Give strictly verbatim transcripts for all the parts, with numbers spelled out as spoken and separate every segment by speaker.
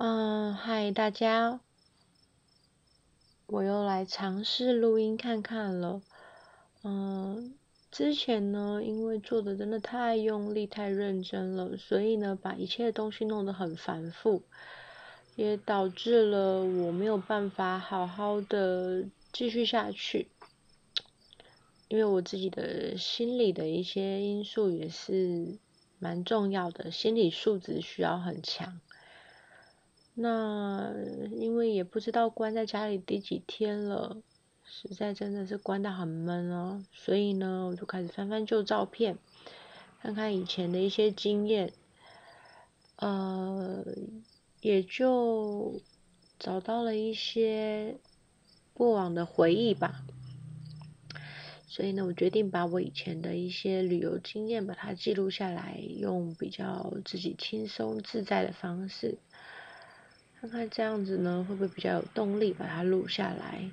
Speaker 1: 嗯，嗨，大家，我又来尝试录音看看了。嗯，之前呢，因为做的真的太用力、太认真了，所以呢，把一切东西弄得很繁复，也导致了我没有办法好好的继续下去。因为我自己的心理的一些因素也是蛮重要的，心理素质需要很强。那因为也不知道关在家里第几天了，实在真的是关得很闷哦，所以呢，我就开始翻翻旧照片，看看以前的一些经验，呃，也就找到了一些过往的回忆吧。所以呢，我决定把我以前的一些旅游经验把它记录下来，用比较自己轻松自在的方式。看看这样子呢，会不会比较有动力把它录下来？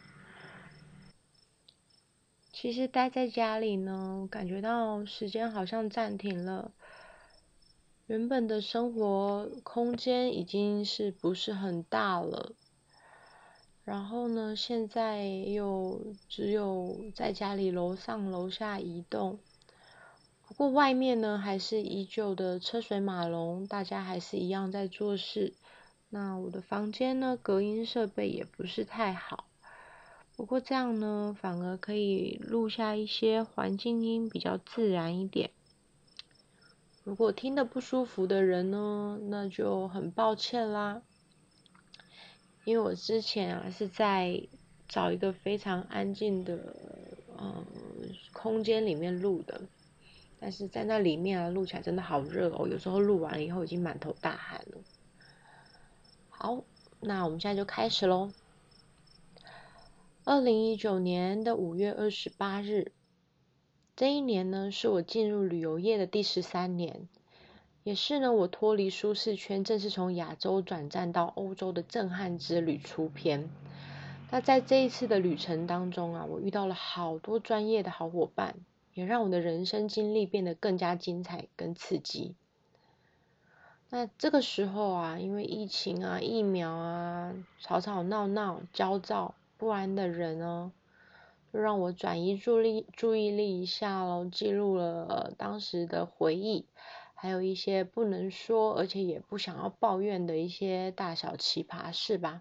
Speaker 1: 其实待在家里呢，感觉到时间好像暂停了，原本的生活空间已经是不是很大了，然后呢，现在又只有在家里楼上楼下移动。不过外面呢，还是依旧的车水马龙，大家还是一样在做事。那我的房间呢，隔音设备也不是太好。不过这样呢，反而可以录下一些环境音，比较自然一点。如果听得不舒服的人呢，那就很抱歉啦。因为我之前啊是在找一个非常安静的呃空间里面录的，但是在那里面啊录起来真的好热哦，有时候录完了以后已经满头大汗了。好，那我们现在就开始咯。二零一九年的五月二十八日，这一年呢是我进入旅游业的第十三年，也是呢我脱离舒适圈，正式从亚洲转战到欧洲的震撼之旅出篇。那在这一次的旅程当中啊，我遇到了好多专业的好伙伴，也让我的人生经历变得更加精彩跟刺激。那这个时候啊，因为疫情啊、疫苗啊、吵吵闹闹、焦躁不安的人呢，就让我转移注意注意力一下咯，记录了、呃、当时的回忆，还有一些不能说而且也不想要抱怨的一些大小奇葩事吧。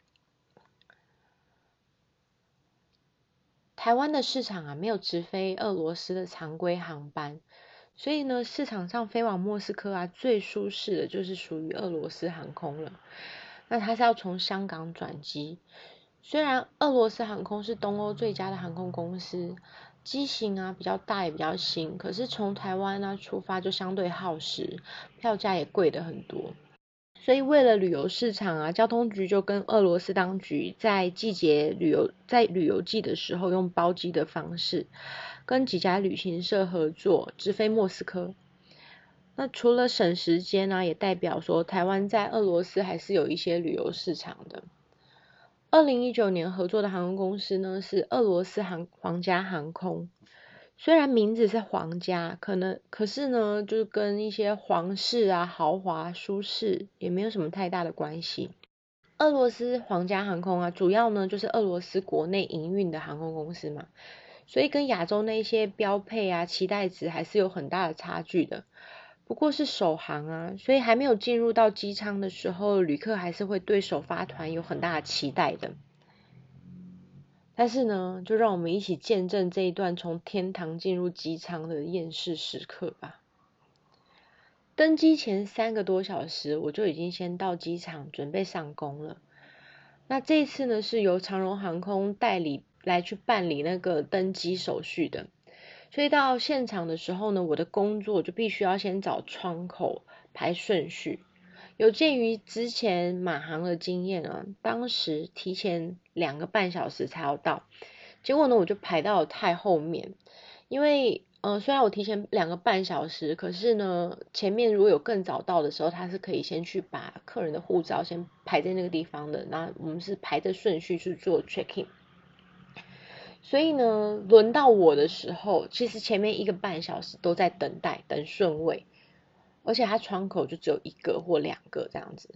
Speaker 1: 台湾的市场啊，没有直飞俄罗斯的常规航班，所以呢，市场上飞往莫斯科啊，最舒适的就是属于俄罗斯航空了。那它是要从香港转机，虽然俄罗斯航空是东欧最佳的航空公司，机型啊比较大也比较新，可是从台湾啊出发就相对耗时，票价也贵的很多。所以为了旅游市场啊，交通局就跟俄罗斯当局在季节旅游在旅游季的时候，用包机的方式，跟几家旅行社合作，直飞莫斯科。那除了省时间啊，也代表说台湾在俄罗斯还是有一些旅游市场的。二零一九年合作的航空公司呢，是俄罗斯航皇家航空。虽然名字是皇家，可能可是呢，就是跟一些皇室啊、豪华、舒适也没有什么太大的关系。俄罗斯皇家航空啊，主要呢就是俄罗斯国内营运的航空公司嘛，所以跟亚洲那些标配啊、期待值还是有很大的差距的。不过是首航啊，所以还没有进入到机舱的时候，旅客还是会对首发团有很大的期待的。但是呢，就让我们一起见证这一段从天堂进入机舱的厌世时刻吧。登机前三个多小时，我就已经先到机场准备上工了。那这一次呢，是由长荣航空代理来去办理那个登机手续的。所以到现场的时候呢，我的工作就必须要先找窗口排顺序。有鉴于之前马航的经验啊，当时提前两个半小时才要到，结果呢我就排到了太后面，因为呃虽然我提前两个半小时，可是呢前面如果有更早到的时候，他是可以先去把客人的护照先排在那个地方的，那我们是排着顺序去做 check in。所以呢，轮到我的时候，其实前面一个半小时都在等待等顺位，而且它窗口就只有一个或两个这样子。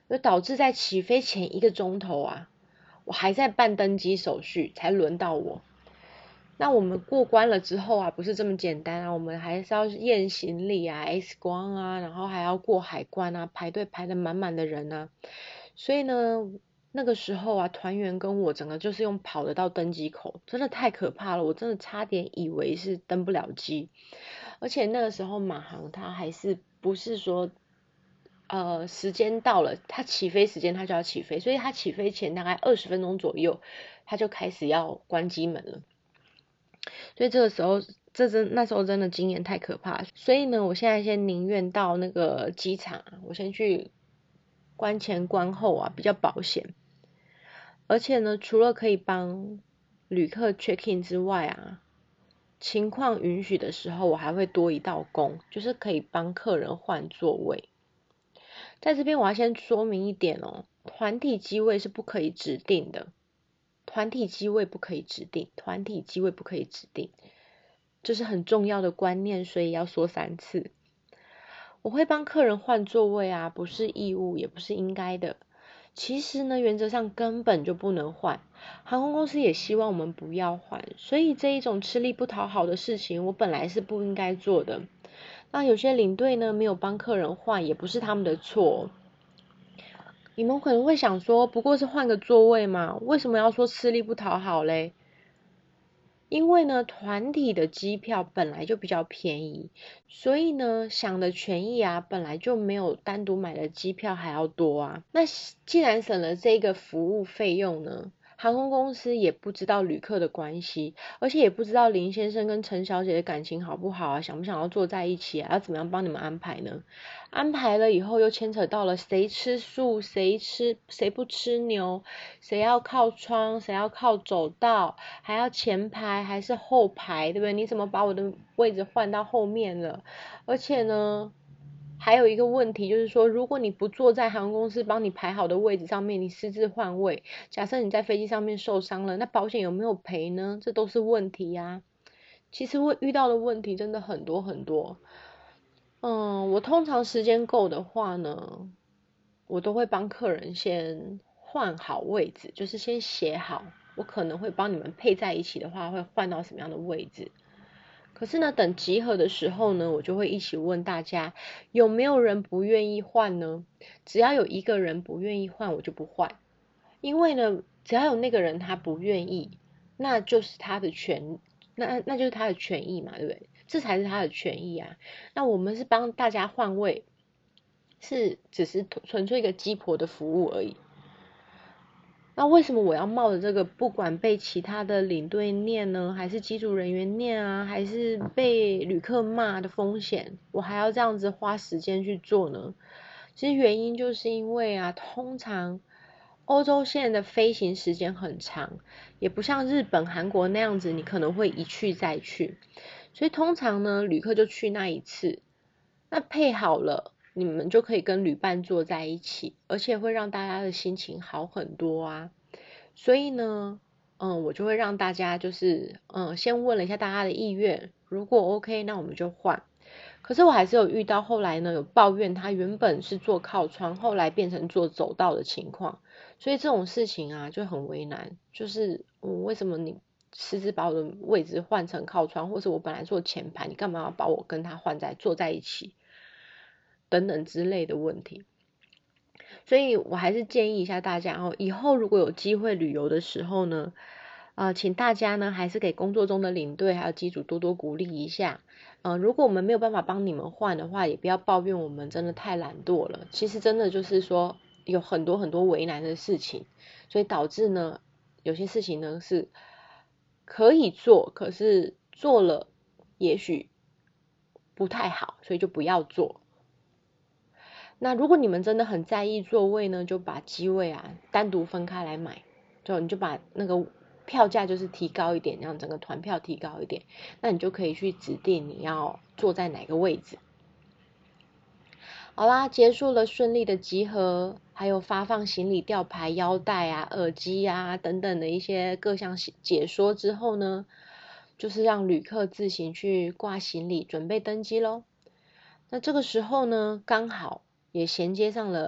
Speaker 1: 就导致在起飞前一个钟头啊，我还在办登机手续，才轮到我。那我们过关了之后啊，不是这么简单啊，我们还是要验行李啊、X 光啊，然后还要过海关啊，排队排得满满的人啊。所以呢，那个时候啊，团员跟我整个就是用跑的到登机口，真的太可怕了，我真的差点以为是登不了机。而且那个时候马航它还是不是说，呃，时间到了，它起飞时间它就要起飞，所以它起飞前大概二十分钟左右，它就开始要关机门了。所以这个时候，这真那时候真的经验太可怕，所以呢，我现在先宁愿到那个机场，我先去关前关后啊，比较保险。而且呢，除了可以帮旅客 check in 之外啊，情况允许的时候，我还会多一道工，就是可以帮客人换座位。在这边我要先说明一点哦，团体机位是不可以指定的。团体机位不可以指定，团体机位不可以指定，这是很重要的观念，所以要说三次。我会帮客人换座位啊，不是义务，也不是应该的。其实呢，原则上根本就不能换，航空公司也希望我们不要换，所以这一种吃力不讨好的事情，我本来是不应该做的。那有些领队呢，没有帮客人换，也不是他们的错。你们可能会想说，不过是换个座位嘛，为什么要说吃力不讨好嘞？因为呢，团体的机票本来就比较便宜，所以呢，享的权益啊，本来就没有单独买的机票还要多啊。那既然省了这个服务费用呢，航空公司也不知道旅客的关系，而且也不知道林先生跟陈小姐的感情好不好啊，想不想要坐在一起啊，要怎么样帮你们安排呢？安排了以后又牵扯到了谁吃素，谁吃谁不吃牛，谁要靠窗，谁要靠走道，还要前排还是后排，对不对？你怎么把我的位置换到后面了？而且呢，还有一个问题就是说，如果你不坐在航空公司帮你排好的位置上面，你私自换位，假设你在飞机上面受伤了，那保险有没有赔呢？这都是问题呀、啊。其实会遇到的问题真的很多很多。嗯，我通常时间够的话呢，我都会帮客人先换好位置，就是先写好，我可能会帮你们配在一起的话，会换到什么样的位置。可是呢，等集合的时候呢，我就会一起问大家，有没有人不愿意换呢？只要有一个人不愿意换，我就不换。因为呢，只要有那个人他不愿意，那就是他的权，那那就是他的权益嘛，对不对？这才是他的权益啊。那我们是帮大家换位，是只是纯粹一个鸡婆的服务而已。那为什么我要冒着这个不管被其他的领队念呢，还是机组人员念啊，还是被旅客骂的风险，我还要这样子花时间去做呢？其实原因就是因为啊，通常欧洲线的飞行时间很长，也不像日本、韩国那样子，你可能会一去再去，所以通常呢，旅客就去那一次，那配好了，你们就可以跟旅伴坐在一起，而且会让大家的心情好很多啊。所以呢，嗯，我就会让大家就是，嗯，先问了一下大家的意愿，如果 OK，那我们就换。可是我还是有遇到后来呢，有抱怨他原本是坐靠窗，后来变成坐走道的情况，所以这种事情啊就很为难，就是嗯，为什么你私自把我的位置换成靠窗，或是我本来坐前排，你干嘛要把我跟他换在坐在一起，等等之类的问题。所以我还是建议一下大家哦，以后如果有机会旅游的时候呢，呃，请大家呢还是给工作中的领队还有机组多多鼓励一下。呃，如果我们没有办法帮你们换的话，也不要抱怨我们真的太懒惰了。其实真的就是说有很多很多为难的事情，所以导致呢有些事情呢是可以做，可是做了也许不太好，所以就不要做。那如果你们真的很在意座位呢，就把机位啊单独分开来买，就你就把那个票价就是提高一点，让整个团票提高一点，那你就可以去指定你要坐在哪个位置。好啦，结束了顺利的集合，还有发放行李吊牌、腰带啊、耳机啊等等的一些各项解说之后呢，就是让旅客自行去挂行李，准备登机咯。那这个时候呢，刚好也衔接上了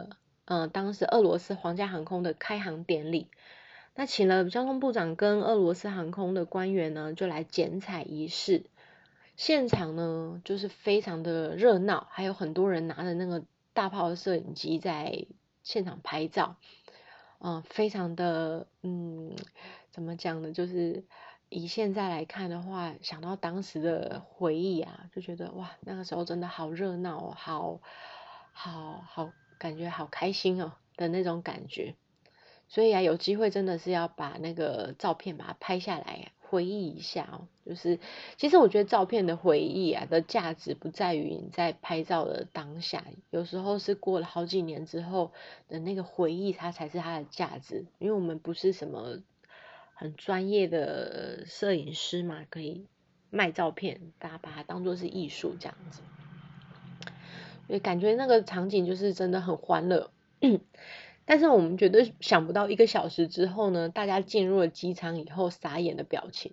Speaker 1: 呃当时俄罗斯皇家航空的开航典礼。那请了交通部长跟俄罗斯航空的官员呢，就来剪彩仪式。现场呢就是非常的热闹，还有很多人拿着那个大炮摄影机在现场拍照，嗯、呃，非常的嗯，怎么讲呢？就是以现在来看的话，想到当时的回忆啊，就觉得哇，那个时候真的好热闹哦，好好好，感觉好开心哦的那种感觉。所以啊，有机会真的是要把那个照片把它拍下来，回忆一下哦。就是其实我觉得照片的回忆啊的价值不在于你在拍照的当下，有时候是过了好几年之后的那个回忆，它才是它的价值。因为我们不是什么很专业的摄影师嘛，可以卖照片，大家把它当作是艺术这样子。所以感觉那个场景就是真的很欢乐。但是我们绝对想不到一个小时之后呢，大家进入了机场以后傻眼的表情。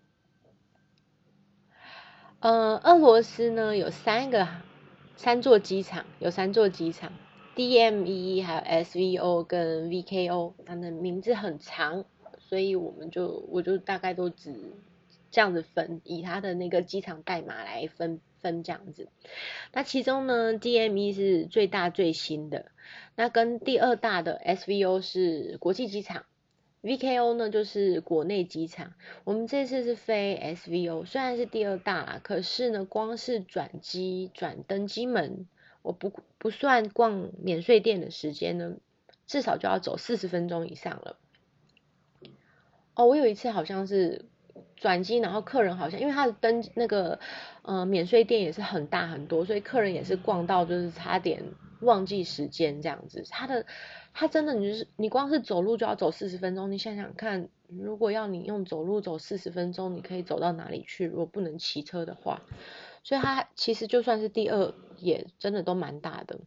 Speaker 1: 呃，俄罗斯呢有三个三座机场，有三座机场 ，D M E 还有 S V O 跟 V K O， 它的名字很长，所以我们就我就大概都只这样子分，以它的那个机场代码来分分这样子。那其中呢 ，D M E 是最大最新的，那跟第二大的 S V O 是国际机场。V K O 呢就是国内机场，我们这次是飞 S V O， 虽然是第二大啦，可是呢，光是转机转登机门，我不不算逛免税店的时间呢，至少就要走四十分钟以上了。哦，我有一次好像是转机，然后客人好像因为他的登那个呃免税店也是很大很多，所以客人也是逛到就是差点忘记时间这样子。他的他真的你就是你光是走路就要走四十分钟，你想想看，如果要你用走路走四十分钟，你可以走到哪里去？如果不能骑车的话，所以他其实就算是第二，也真的都蛮大的。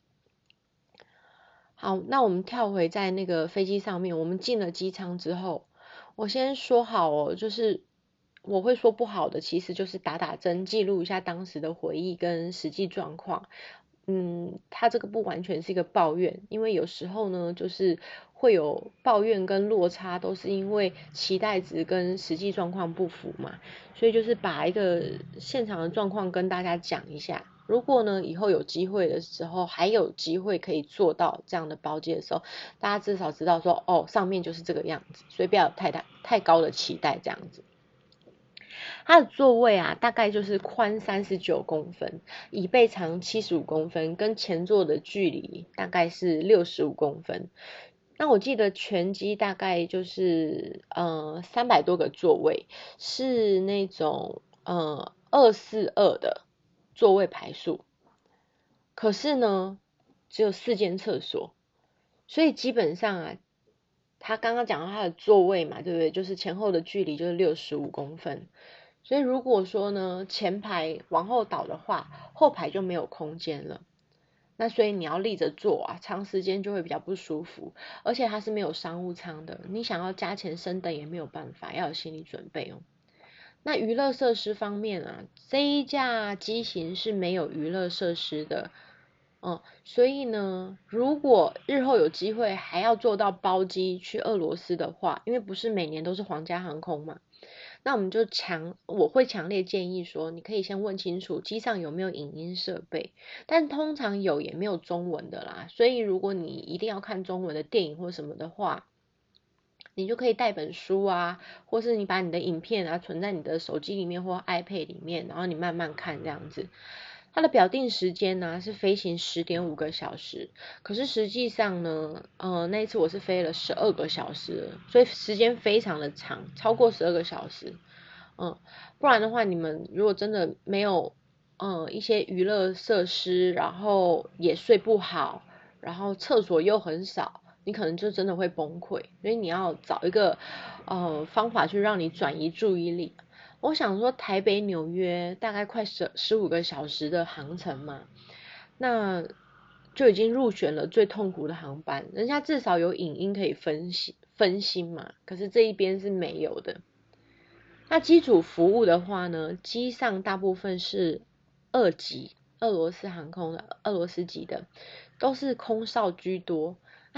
Speaker 1: 好，那我们跳回在那个飞机上面，我们进了机舱之后。我先说好哦，就是我会说不好的，其实就是打打针，记录一下当时的回忆跟实际状况。嗯，它这个不完全是一个抱怨，因为有时候呢，就是会有抱怨跟落差，都是因为期待值跟实际状况不符嘛。所以就是把一个现场的状况跟大家讲一下。如果呢以后有机会的时候，还有机会可以做到这样的包机的时候，大家至少知道说，哦，上面就是这个样子，所以不要有太大太高的期待这样子。它的座位啊，大概就是宽三十九公分，椅背长七十五公分，跟前座的距离大概是六十五公分。那我记得全机大概就是呃三百多个座位，是那种呃二四二的座位排数。可是呢，只有四间厕所，所以基本上啊，他刚刚讲到他的座位嘛，对不对？就是前后的距离就是六十五公分。所以如果说呢，前排往后倒的话，后排就没有空间了。那所以你要立着坐啊，长时间就会比较不舒服。而且它是没有商务舱的，你想要加钱升等也没有办法，要有心理准备哦。那娱乐设施方面啊，这一架机型是没有娱乐设施的。嗯，所以呢，如果日后有机会还要做到包机去俄罗斯的话，因为不是每年都是皇家航空嘛，那我们就强，我会强烈建议说，你可以先问清楚机上有没有影音设备，但通常有也没有中文的啦，所以如果你一定要看中文的电影或什么的话，你就可以带本书啊，或是你把你的影片啊存在你的手机里面或 iPad 里面，然后你慢慢看这样子。它的表定时间呢是飞行十点五个小时，可是实际上呢，呃，那一次我是飞了十二个小时，所以时间非常的长，超过十二个小时。嗯，不然的话，你们如果真的没有呃一些娱乐设施，然后也睡不好，然后厕所又很少，你可能就真的会崩溃。所以你要找一个呃方法去让你转移注意力。我想说，台北纽约大概快十十五个小时的航程嘛，那就已经入选了最痛苦的航班。人家至少有影音可以分析分心嘛，可是这一边是没有的。那机组服务的话呢，机上大部分是二级俄罗斯航空的俄罗斯籍的，都是空少居多。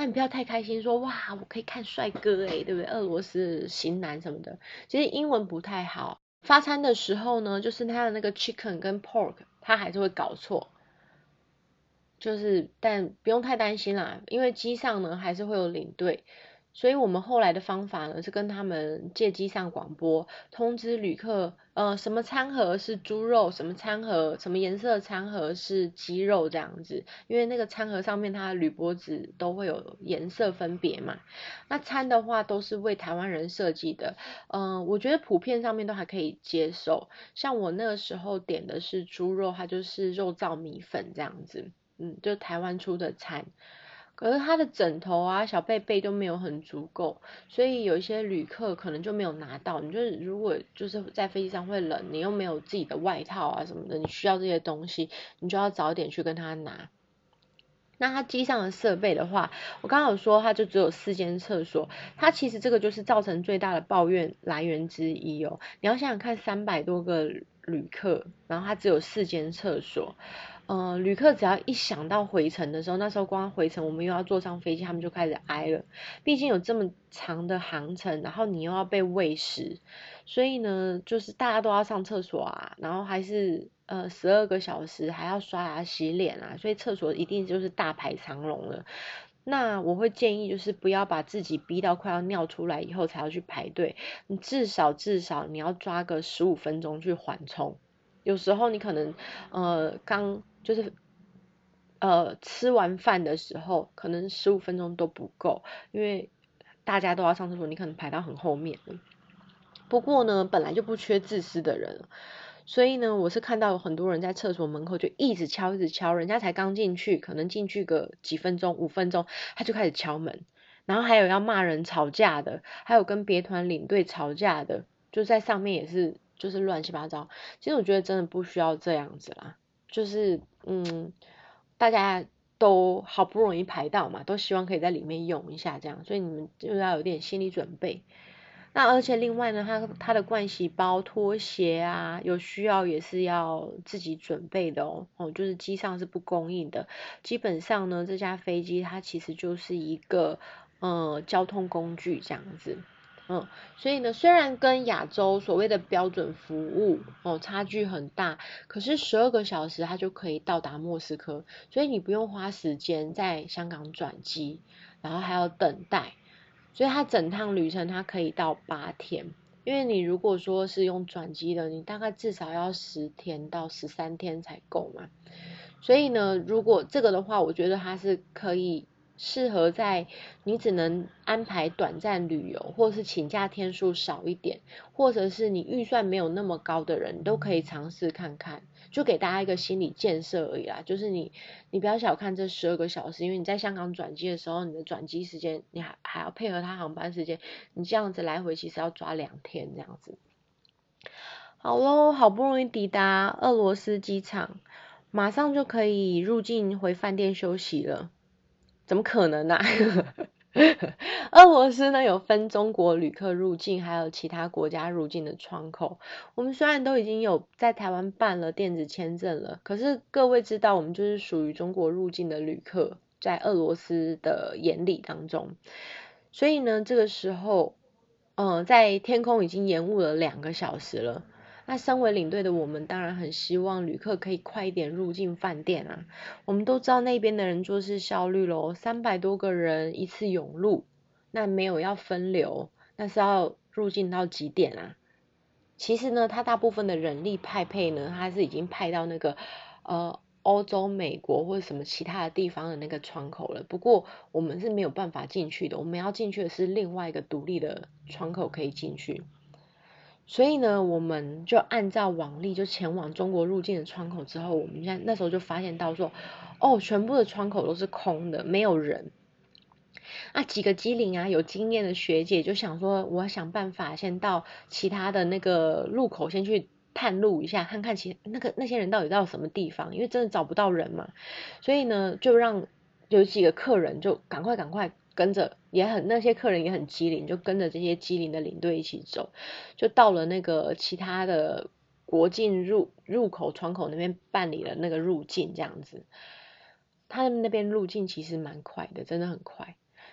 Speaker 1: 那你不要太开心说哇我可以看帅哥诶，对不对？俄罗斯型男什么的，其实英文不太好，发餐的时候呢，就是他的那个 chicken 跟 pork 他还是会搞错。就是但不用太担心啦，因为机上呢还是会有领队，所以我们后来的方法呢是跟他们借机上广播，通知旅客，呃，什么餐盒是猪肉，什么餐盒，什么颜色的餐盒是鸡肉这样子，因为那个餐盒上面它的铝箔纸都会有颜色分别嘛。那餐的话都是为台湾人设计的，嗯、呃，我觉得普遍上面都还可以接受。像我那个时候点的是猪肉，它就是肉燥米粉这样子。嗯，就台湾出的餐，可是他的枕头啊、小被被都没有很足够，所以有一些旅客可能就没有拿到。你就是如果就是在飞机上会冷，你又没有自己的外套啊什么的，你需要这些东西，你就要早点去跟他拿。那他机上的设备的话，我刚刚有说它就只有四间厕所，它其实这个就是造成最大的抱怨来源之一哦。你要想想看，三百多个旅客，然后它只有四间厕所，呃，旅客只要一想到回程的时候，那时候光回程我们又要坐上飞机，他们就开始挨了。毕竟有这么长的航程，然后你又要被喂食，所以呢，就是大家都要上厕所啊，然后还是呃十二个小时还要刷牙洗脸啊，所以厕所一定就是大排长龙了。那我会建议就是不要把自己逼到快要尿出来以后才要去排队，你至少至少你要抓个十五分钟去缓冲。有时候你可能呃刚就是呃吃完饭的时候，可能十五分钟都不够，因为大家都要上厕所，你可能排到很后面了。不过呢，本来就不缺自私的人，所以呢，我是看到有很多人在厕所门口就一直敲，一直敲，人家才刚进去，可能进去个几分钟、五分钟，他就开始敲门，然后还有要骂人、吵架的，还有跟别团领队吵架的，就在上面也是就是乱七八糟。其实我觉得真的不需要这样子啦，就是嗯，大家都好不容易排到嘛，都希望可以在里面用一下这样，所以你们就要有点心理准备。那而且另外呢，它它的盥洗包、拖鞋啊，有需要也是要自己准备的哦。哦，就是机上是不供应的。基本上呢，这架飞机它其实就是一个呃交通工具这样子。嗯，所以呢，虽然跟亚洲所谓的标准服务哦差距很大，可是十二个小时它就可以到达莫斯科，所以你不用花时间在香港转机，然后还要等待。所以它整趟旅程它可以到八天，因为你如果说是用转机的，你大概至少要十天到十三天才够嘛。所以呢，如果这个的话，我觉得它是可以适合在你只能安排短暂旅游，或是请假天数少一点，或者是你预算没有那么高的人，都可以尝试看看。就给大家一个心理建设而已啦，就是你你不要小看这十二个小时，因为你在香港转机的时候，你的转机时间你还还要配合它航班时间，你这样子来回其实要抓两天这样子。好咯，好不容易抵达俄罗斯机场，马上就可以入境回饭店休息了。怎么可能啊？俄罗斯呢有分中国旅客入境，还有其他国家入境的窗口。我们虽然都已经有在台湾办了电子签证了，可是各位知道，我们就是属于中国入境的旅客，在俄罗斯的眼里当中。所以呢，这个时候，呃，在天空已经延误了两个小时了。那身为领队的我们，当然很希望旅客可以快一点入境饭店啊。我们都知道那边的人做事效率咯，三百多个人一次涌入，那没有要分流，那是要入境到几点啊？其实呢，它大部分的人力派配呢，它是已经派到那个呃欧洲、美国或者什么其他的地方的那个窗口了。不过我们是没有办法进去的，我们要进去的是另外一个独立的窗口可以进去。所以呢，我们就按照往例就前往中国入境的窗口之后，我们现在那时候就发现到说，哦，全部的窗口都是空的，没有人。那几个机灵啊有经验的学姐就想说，我要想办法先到其他的那个路口先去探路一下，看看其那个那些人到底到什么地方，因为真的找不到人嘛。所以呢，就让有几个客人就赶快赶快跟着，也很那些客人也很机灵，就跟着这些机灵的领队一起走，就到了那个其他的国境入入口窗口那边办理了那个入境这样子。他们那边入境其实蛮快的，真的很快。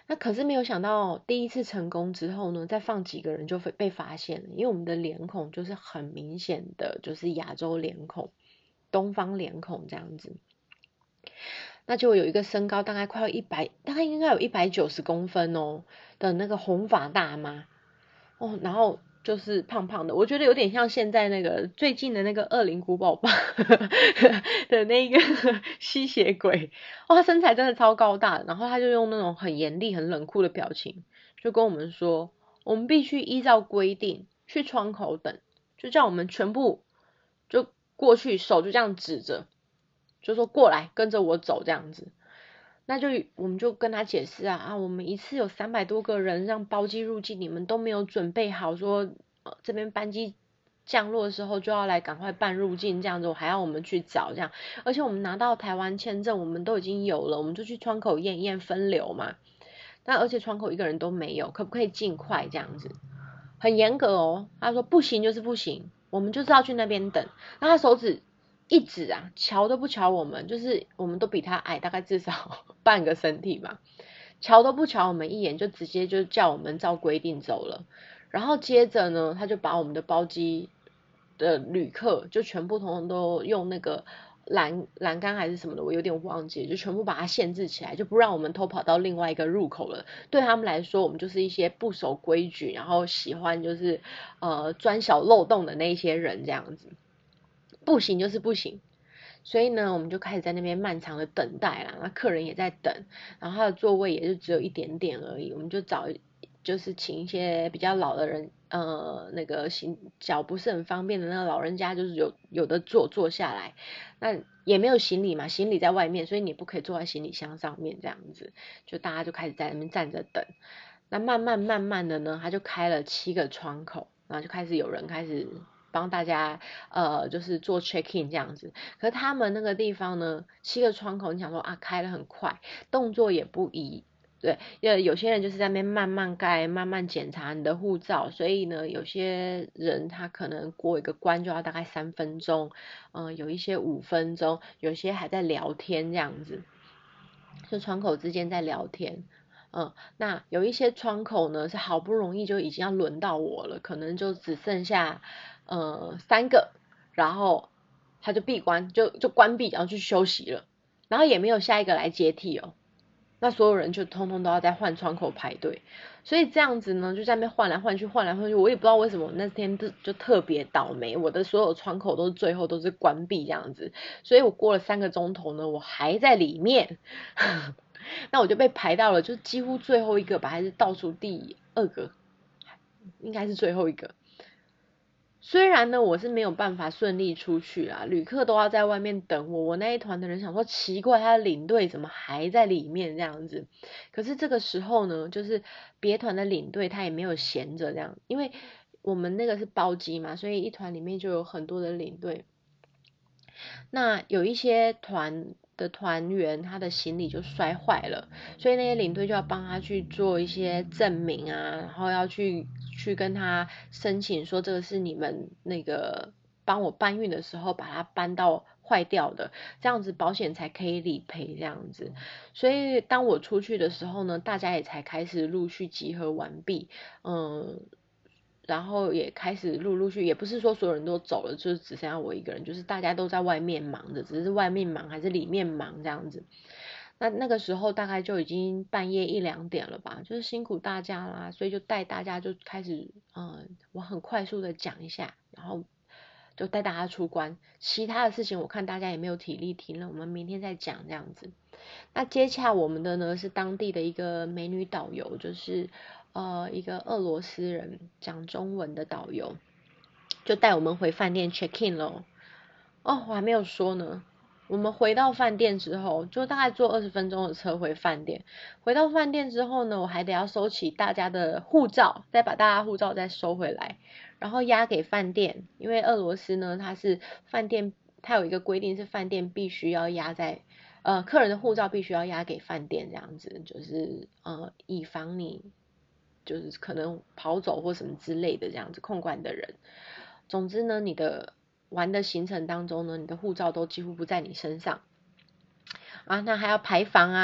Speaker 1: 那可是没有想到，第一次成功之后呢，再放几个人就被被发现了，因为我们的脸孔就是很明显的，就是亚洲脸孔、东方脸孔这样子。那就有一个身高大概快要一百，大概应该有一百九十公分哦的那个红发大妈哦，然后就是胖胖的，我觉得有点像现在那个最近的那个恶灵古堡吧的那个吸血鬼，哦，他身材真的超高大的，然后他就用那种很严厉、很冷酷的表情，就跟我们说，我们必须依照规定去窗口等，就叫我们全部就过去，手就这样指着。就说过来跟着我走这样子，那就我们就跟他解释啊啊，我们一次有三百多个人让包机入境，你们都没有准备好说，呃这边班机降落的时候就要来赶快办入境这样子，我还要我们去找这样，而且我们拿到台湾签证我们都已经有了，我们就去窗口验一验分流嘛，那而且窗口一个人都没有，可不可以尽快这样子？很严格哦，他说不行就是不行，我们就是要去那边等，那他手指。一指啊，瞧都不瞧我们，就是我们都比他矮，大概至少半个身体嘛，瞧都不瞧我们一眼，就直接就叫我们照规定走了。然后接着呢，他就把我们的包机的旅客就全部统统都用那个栏栏杆还是什么的，我有点忘记，就全部把它限制起来，就不让我们偷跑到另外一个入口了。对他们来说，我们就是一些不守规矩，然后喜欢就是呃钻小漏洞的那些人这样子。不行就是不行，所以呢，我们就开始在那边漫长的等待啦。那客人也在等，然后他的座位也就只有一点点而已。我们就找，就是请一些比较老的人，呃，那个行脚不是很方便的那个老人家，就是有有的坐坐下来。那也没有行李嘛，行李在外面，所以你不可以坐在行李箱上面这样子。就大家就开始在那边站着等。那慢慢慢慢的呢，他就开了七个窗口，然后就开始有人开始。帮大家呃就是做 check in 这样子，可是他们那个地方呢，七个窗口，你想说啊开得很快，动作也不宜，对，有有些人就是在那边慢慢盖，慢慢检查你的护照，所以呢，有些人他可能过一个关就要大概三分钟，嗯、呃，有一些五分钟，有些还在聊天这样子，就窗口之间在聊天。嗯，那有一些窗口呢是好不容易就已经要轮到我了，可能就只剩下呃三个，然后他就闭关，就就关闭，然后去休息了，然后也没有下一个来接替哦，那所有人就通通都要在换窗口排队，所以这样子呢就在那边换来换去，换来换去，我也不知道为什么那天就就特别倒霉，我的所有窗口都是最后都是关闭这样子，所以我过了三个钟头呢，我还在里面。那我就被排到了，就几乎最后一个吧，还是倒数第二个，应该是最后一个。虽然呢，我是没有办法顺利出去啦，旅客都要在外面等我。我那一团的人想说，奇怪，他的领队怎么还在里面这样子？可是这个时候呢，就是别团的领队他也没有闲着这样，因为我们那个是包机嘛，所以一团里面就有很多的领队。那有一些团的团员他的行李就摔坏了，所以那些领队就要帮他去做一些证明啊，然后要去去跟他申请说这个是你们那个帮我搬运的时候把它搬到坏掉的，这样子保险才可以理赔这样子。所以当我出去的时候呢，大家也才开始陆续集合完毕，嗯。然后也开始陆陆续，也不是说所有人都走了，就是只剩下我一个人，就是大家都在外面忙着，只是外面忙还是里面忙这样子。那那个时候大概就已经半夜一两点了吧，就是辛苦大家啦，所以就带大家就开始，嗯，我很快速的讲一下，然后就带大家出关，其他的事情我看大家也没有体力听了，我们明天再讲这样子。那接洽我们的呢是当地的一个美女导游，就是呃一个俄罗斯人讲中文的导游，就带我们回饭店 check in 咯。哦，我还没有说呢。我们回到饭店之后，就大概坐二十分钟的车回饭店。回到饭店之后呢，我还得要收起大家的护照，再把大家护照再收回来，然后押给饭店。因为俄罗斯呢，它是饭店，它有一个规定是饭店必须要押在。呃，客人的护照必须要押给饭店，这样子就是呃，以防你就是可能跑走或什么之类的这样子控管的人。总之呢，你的玩的行程当中呢，你的护照都几乎不在你身上啊，那还要排房啊，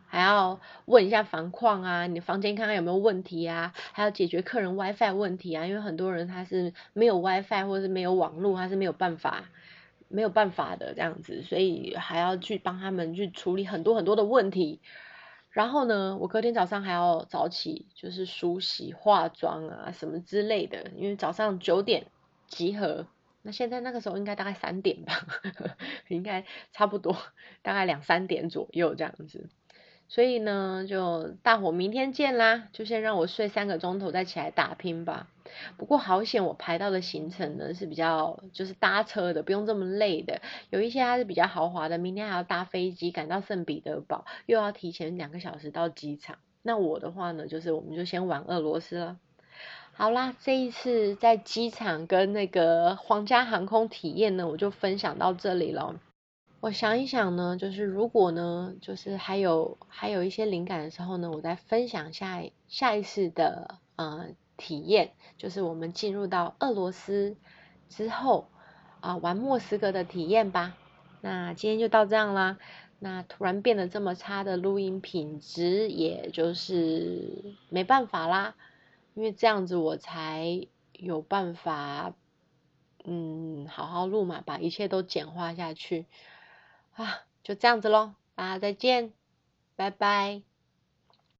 Speaker 1: 还要问一下房况啊，你房间看看有没有问题啊，还要解决客人 WiFi 问题啊，因为很多人他是没有 WiFi 或者是没有网络，他是没有办法没有办法的这样子，所以还要去帮他们去处理很多很多的问题。然后呢，我隔天早上还要早起，就是梳洗、化妆啊什么之类的，因为早上九点集合。那现在那个时候应该大概三点吧，应该差不多，大概两三点左右这样子。所以呢，就大伙明天见啦，就先让我睡三个钟头再起来打拼吧。不过好险，我排到的行程呢是比较就是搭车的，不用这么累的。有一些它是比较豪华的，明天还要搭飞机赶到圣彼得堡，又要提前两个小时到机场。那我的话呢，就是我们就先玩俄罗斯了。好啦，这一次在机场跟那个皇家航空体验呢，我就分享到这里了。我想一想呢，就是如果呢，就是还有还有一些灵感的时候呢，我再分享下下一次的呃体验，就是我们进入到俄罗斯之后啊、玩莫斯科的体验吧。那今天就到这样啦。那突然变得这么差的录音品质，也就是没办法啦，因为这样子我才有办法嗯好好录嘛，把一切都简化下去。啊，就这样子咯，大家再见，拜拜。